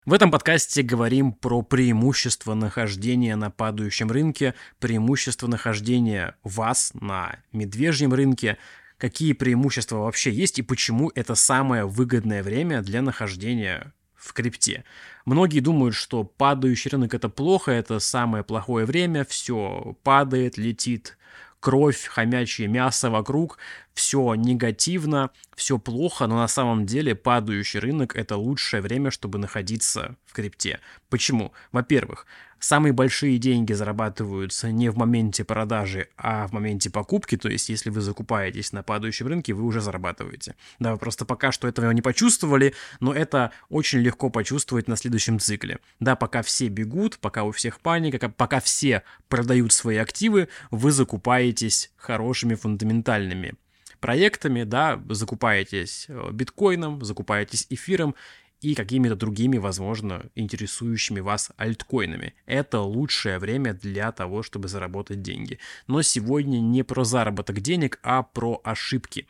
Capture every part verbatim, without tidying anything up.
В этом подкасте говорим про преимущество нахождения на падающем рынке, преимущество нахождения вас на медвежьем рынке, какие преимущества вообще есть и почему это самое выгодное время для нахождения в крипте. Многие думают, что падающий рынок — это плохо, это самое плохое время, все падает, летит кровь, хомячье мясо вокруг, все негативно, все плохо, но на самом деле падающий рынок — это лучшее время, чтобы находиться в крипте. Почему? Во-первых, самые большие деньги зарабатываются не в моменте продажи, а в моменте покупки, то есть если вы закупаетесь на падающем рынке, вы уже зарабатываете. Да, вы просто пока что этого не почувствовали, но это очень легко почувствовать на следующем цикле. Да, пока все бегут, пока у всех паника, пока все продают свои активы, вы закупаетесь хорошими фундаментальными проектами, да, закупаетесь биткоином, закупаетесь эфиром и какими-то другими, возможно, интересующими вас альткоинами. Это лучшее время для того, чтобы заработать деньги. Но сегодня не про заработок денег, а про ошибки.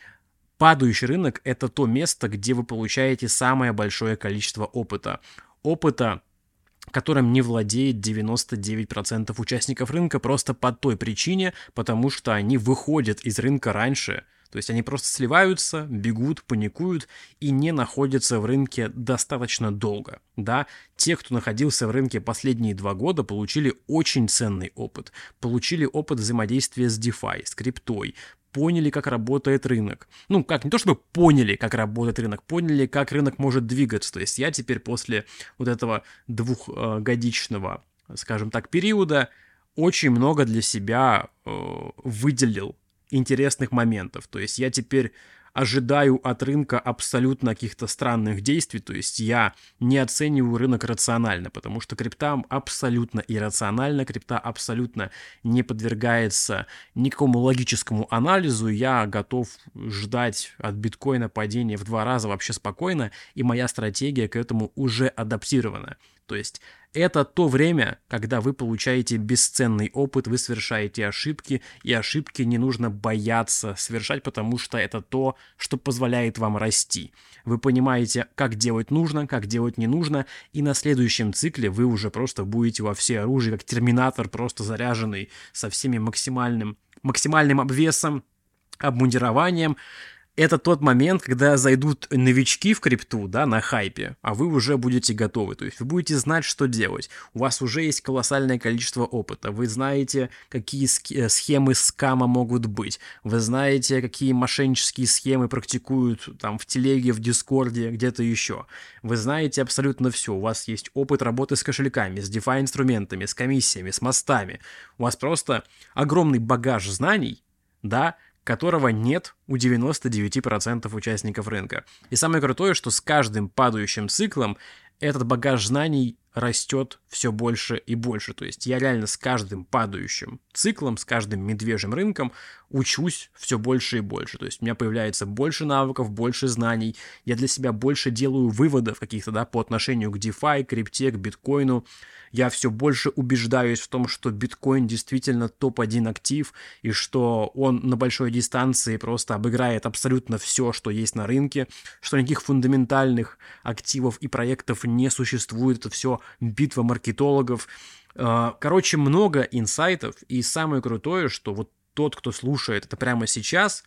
Падающий рынок — это то место, где вы получаете самое большое количество опыта. Опыта, которым не владеет девяносто девять процентов участников рынка просто по той причине, потому что они выходят из рынка раньше. То есть они просто сливаются, бегут, паникуют и не находятся в рынке достаточно долго. Да? Те, кто находился в рынке последние два года, получили очень ценный опыт. Получили опыт взаимодействия с DeFi, с криптой, поняли, как работает рынок. Ну, как, не то чтобы поняли, как работает рынок, поняли, как рынок может двигаться. То есть я теперь после вот этого двухгодичного, скажем так, периода очень много для себя э, выделил интересных моментов. То есть я теперь ожидаю от рынка абсолютно каких-то странных действий, то есть я не оцениваю рынок рационально, потому что крипта абсолютно иррациональна, крипта абсолютно не подвергается никакому логическому анализу, я готов ждать от биткоина падения в два раза вообще спокойно, и моя стратегия к этому уже адаптирована. То есть это то время, когда вы получаете бесценный опыт, вы совершаете ошибки, и ошибки не нужно бояться совершать, потому что это то, что позволяет вам расти. Вы понимаете, как делать нужно, как делать не нужно, и на следующем цикле вы уже просто будете во всеоружии, как терминатор, просто заряженный со всеми максимальным, максимальным обвесом, обмундированием. Это тот момент, когда зайдут новички в крипту, да, на хайпе, а вы уже будете готовы. То есть вы будете знать, что делать. У вас уже есть колоссальное количество опыта. Вы знаете, какие схемы скама могут быть. Вы знаете, какие мошеннические схемы практикуют там в телеге, в дискорде, где-то еще. Вы знаете абсолютно все. У вас есть опыт работы с кошельками, с DeFi-инструментами, с комиссиями, с мостами. У вас просто огромный багаж знаний, да, которого нет у девяноста девяти процентов участников рынка. И самое крутое, что с каждым падающим циклом этот багаж знаний растет все больше и больше. То есть я реально с каждым падающим циклом, с каждым медвежьим рынком учусь все больше и больше. То есть у меня появляется больше навыков, больше знаний. Я для себя больше делаю выводов каких-то, да, по отношению к DeFi, крипте, к биткоину. Я все больше убеждаюсь в том, что биткоин действительно топ один актив, и что он на большой дистанции просто обыграет абсолютно все, что есть на рынке, что никаких фундаментальных активов и проектов не существует. Это все битва маркетологов. Короче, много инсайтов, и самое крутое, что вот тот, кто слушает это прямо сейчас,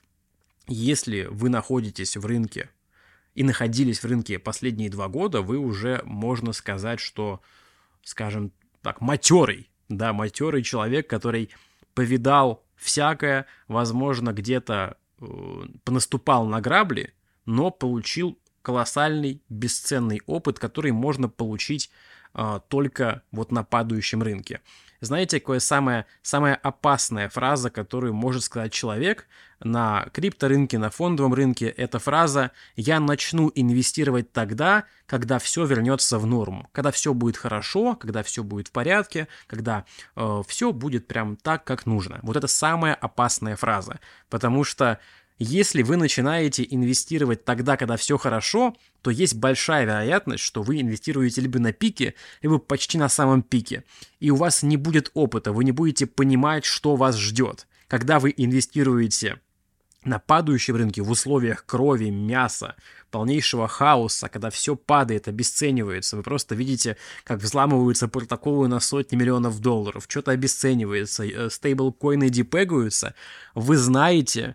если вы находитесь в рынке и находились в рынке последние два года, вы уже, можно сказать, что, скажем так, матерый, да, матерый человек, который повидал всякое, возможно, где-то э, понаступал на грабли, но получил колоссальный, бесценный опыт, который можно получить э, только вот на падающем рынке. Знаете, какая самая, самая опасная фраза, которую может сказать человек на крипторынке, на фондовом рынке? Это фраза «я начну инвестировать тогда, когда все вернется в норму, когда все будет хорошо, когда все будет в порядке, когда э, все будет прям так, как нужно». Вот это самая опасная фраза, потому что если вы начинаете инвестировать тогда, когда все хорошо, то есть большая вероятность, что вы инвестируете либо на пике, либо почти на самом пике. И у вас не будет опыта, вы не будете понимать, что вас ждет. Когда вы инвестируете На падающем рынке в условиях крови, мяса, полнейшего хаоса, когда все падает, обесценивается, вы просто видите, как взламываются протоколы на сотни миллионов долларов, что-то обесценивается, стейблкоины депегаются, вы знаете,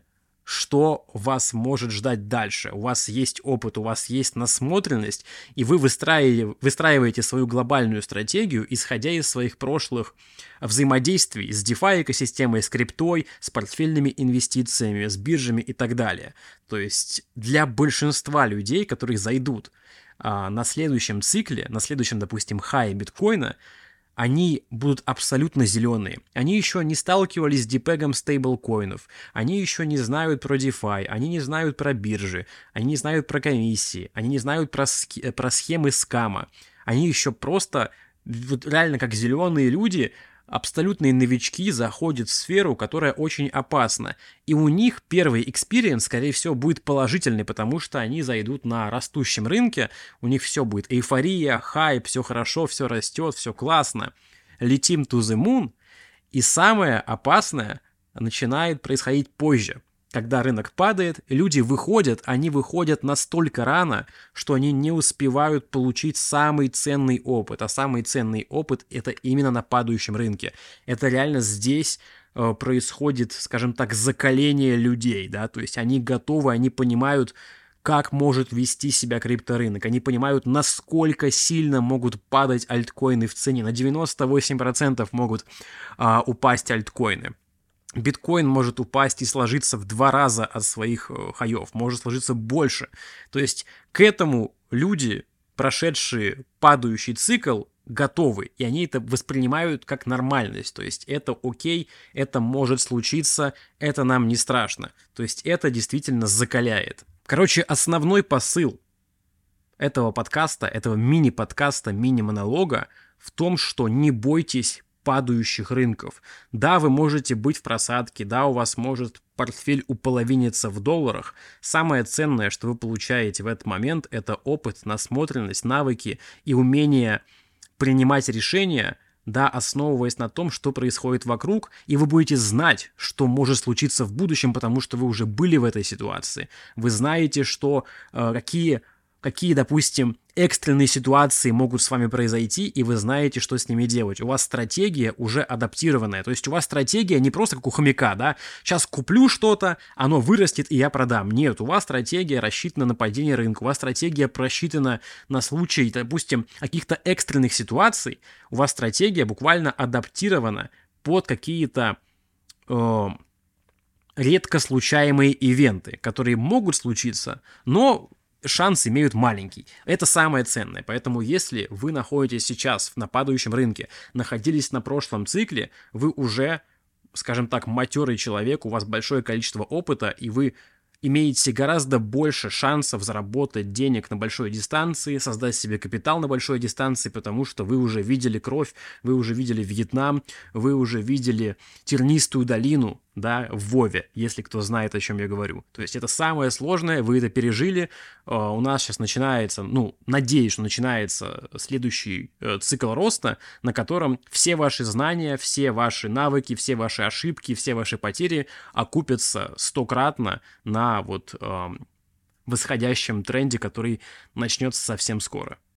что вас может ждать дальше. У вас есть опыт, у вас есть насмотренность, и вы выстраиваете, выстраиваете свою глобальную стратегию, исходя из своих прошлых взаимодействий с DeFi-экосистемой, с криптой, с портфельными инвестициями, с биржами и так далее. То есть для большинства людей, которые зайдут а, на следующем цикле, на следующем, допустим, хае биткоина, они будут абсолютно зеленые. Они еще не сталкивались с депегом стейблкоинов, они еще не знают про DeFi, они не знают про биржи, они не знают про комиссии, они не знают про, ски- про схемы скама. Они еще просто, вот реально как зеленые люди, абсолютные новички заходят в сферу, которая очень опасна. И у них первый экспириенс, скорее всего, будет положительный, потому что они зайдут на растущем рынке, у них все будет эйфория, хайп, все хорошо, все растет, все классно. Летим to the moon, и самое опасное начинает происходить позже. Когда рынок падает, люди выходят, они выходят настолько рано, что они не успевают получить самый ценный опыт. А самый ценный опыт – это именно на падающем рынке. Это реально здесь э, происходит, скажем так, закаление людей, да, то есть они готовы, они понимают, как может вести себя крипторынок. Они понимают, насколько сильно могут падать альткоины в цене. На девяносто восемь процентов могут э, упасть альткоины. Биткоин может упасть и сложиться в два раза от своих э, хаев, может сложиться больше. То есть к этому люди, прошедшие падающий цикл, готовы, и они это воспринимают как нормальность. То есть это окей, это может случиться, это нам не страшно. То есть это действительно закаляет. Короче, основной посыл этого подкаста, этого мини-подкаста, мини-монолога в том, что не бойтесь падающих рынков. Да, вы можете быть в просадке, да, у вас может портфель уполовиниться в долларах. Самое ценное, что вы получаете в этот момент, это опыт, насмотренность, навыки и умение принимать решения, да, основываясь на том, что происходит вокруг, и вы будете знать, что может случиться в будущем, потому что вы уже были в этой ситуации. Вы знаете, что э, какие какие, допустим, экстренные ситуации могут с вами произойти, и вы знаете, что с ними делать. У вас стратегия уже адаптированная. То есть у вас стратегия не просто как у хомяка, да, сейчас куплю что-то, оно вырастет, и я продам. Нет, у вас стратегия рассчитана на падение рынка, у вас стратегия просчитана на случай, допустим, каких-то экстренных ситуаций. У вас стратегия буквально адаптирована под какие-то э, редко случаемые ивенты, которые могут случиться, но шанс имеют маленький. Это самое ценное. Поэтому если вы находитесь сейчас на падающем рынке, находились на прошлом цикле, вы уже, скажем так, матерый человек, у вас большое количество опыта, и вы имеете гораздо больше шансов заработать денег на большой дистанции, создать себе капитал на большой дистанции, потому что вы уже видели кровь, вы уже видели Вьетнам, вы уже видели тернистую долину, да, в Вове, если кто знает, о чем я говорю. То есть это самое сложное, вы это пережили. У нас сейчас начинается, ну, надеюсь, что начинается следующий цикл роста, на котором все ваши знания, все ваши навыки, все ваши ошибки, все ваши потери окупятся стократно на вот э, восходящем тренде, который начнется совсем скоро.